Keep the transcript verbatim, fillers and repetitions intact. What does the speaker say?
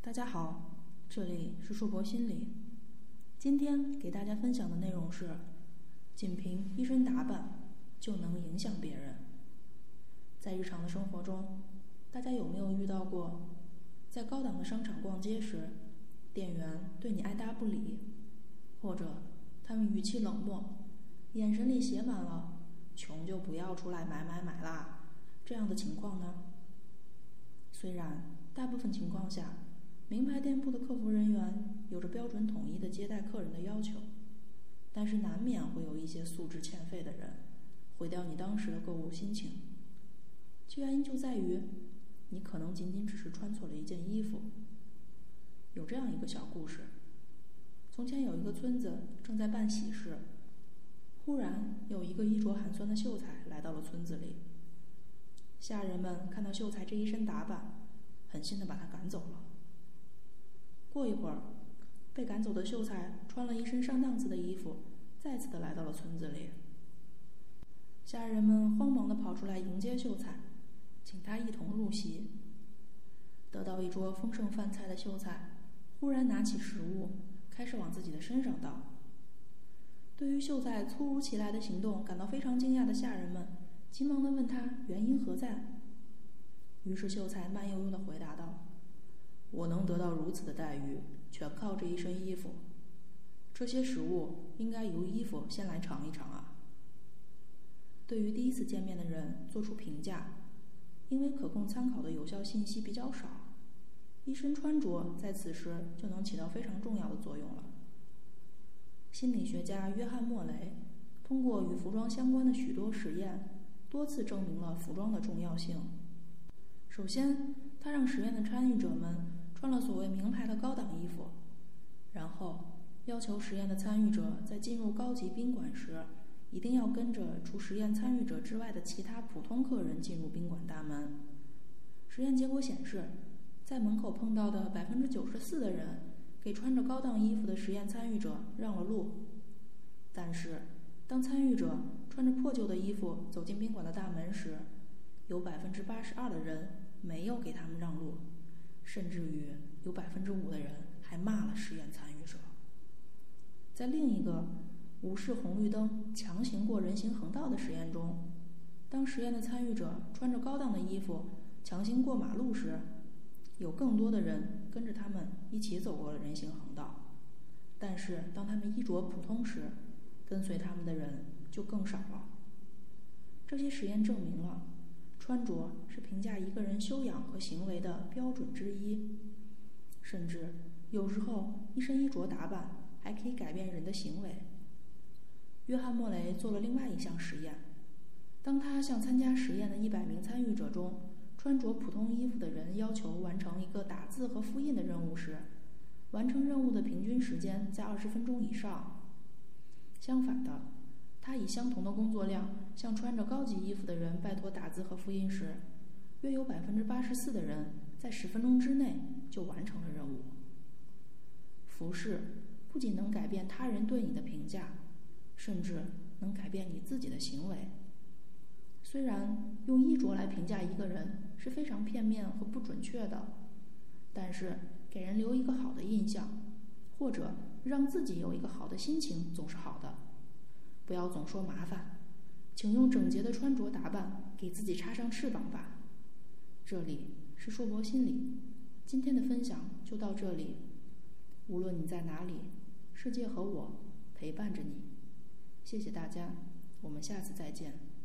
大家好，这里是硕博心理。今天给大家分享的内容是：仅凭一身打扮就能影响别人。在日常的生活中，大家有没有遇到过，在高档的商场逛街时，店员对你爱答不理，或者他们语气冷漠，眼神里写满了穷就不要出来买买买啦这样的情况呢？虽然大部分情况下，名牌店铺的客服人员有着标准统一的接待客人的要求，但是难免会有一些素质欠费的人毁掉你当时的购物心情。其原因就在于你可能仅仅只是穿错了一件衣服。有这样一个小故事：从前有一个村子正在办喜事，忽然有一个衣着寒酸的秀才来到了村子里。下人们看到秀才这一身打扮，狠心地把他赶走了。过一会儿，被赶走的秀才穿了一身上档次的衣服，再次的来到了村子里。下人们慌忙地跑出来迎接秀才，请他一同入席。得到一桌丰盛饭菜的秀才，忽然拿起食物，开始往自己的身上倒。对于秀才突如其来的行动感到非常惊讶的下人们，急忙地问他原因何在。于是秀才慢悠悠地回答道：我能得到如此的待遇，全靠这一身衣服。这些食物应该由衣服先来尝一尝啊。对于第一次见面的人做出评价，因为可供参考的有效信息比较少，一身穿着在此时就能起到非常重要的作用了。心理学家约翰·莫雷通过与服装相关的许多实验，多次证明了服装的重要性。首先，他让实验的参与者们穿了所谓名牌的高档衣服，然后要求实验的参与者在进入高级宾馆时，一定要跟着除实验参与者之外的其他普通客人进入宾馆大门。实验结果显示，在门口碰到的 百分之九十四 的人给穿着高档衣服的实验参与者让了路，但是当参与者穿着破旧的衣服走进宾馆的大门时，有 百分之八十二 的人没有给他们让路，甚至于有 百分之五 的人还骂了实验参与者。在另一个无视红绿灯强行过人行横道的实验中，当实验的参与者穿着高档的衣服强行过马路时，有更多的人跟着他们一起走过了人行横道，但是当他们衣着普通时，跟随他们的人就更少了。这些实验证明了穿着是评价一个人修养和行为的标准之一，甚至有时候一身衣着打扮还可以改变人的行为。约翰·莫雷做了另外一项实验，当他向参加实验的一百名参与者中穿着普通衣服的人要求完成一个打字和复印的任务时，完成任务的平均时间在二十分钟以上。相反的，他以相同的工作量向穿着高级衣服的人拜托打字和复印时，约有 百分之八十四 的人在十分钟之内就完成了任务。服饰不仅能改变他人对你的评价，甚至能改变你自己的行为。虽然用衣着来评价一个人是非常片面和不准确的，但是给人留一个好的印象，或者让自己有一个好的心情总是好的。不要总说麻烦，请用整洁的穿着打扮给自己插上翅膀吧。这里是硕博心理，今天的分享就到这里。无论你在哪里，世界和我陪伴着你。谢谢大家，我们下次再见。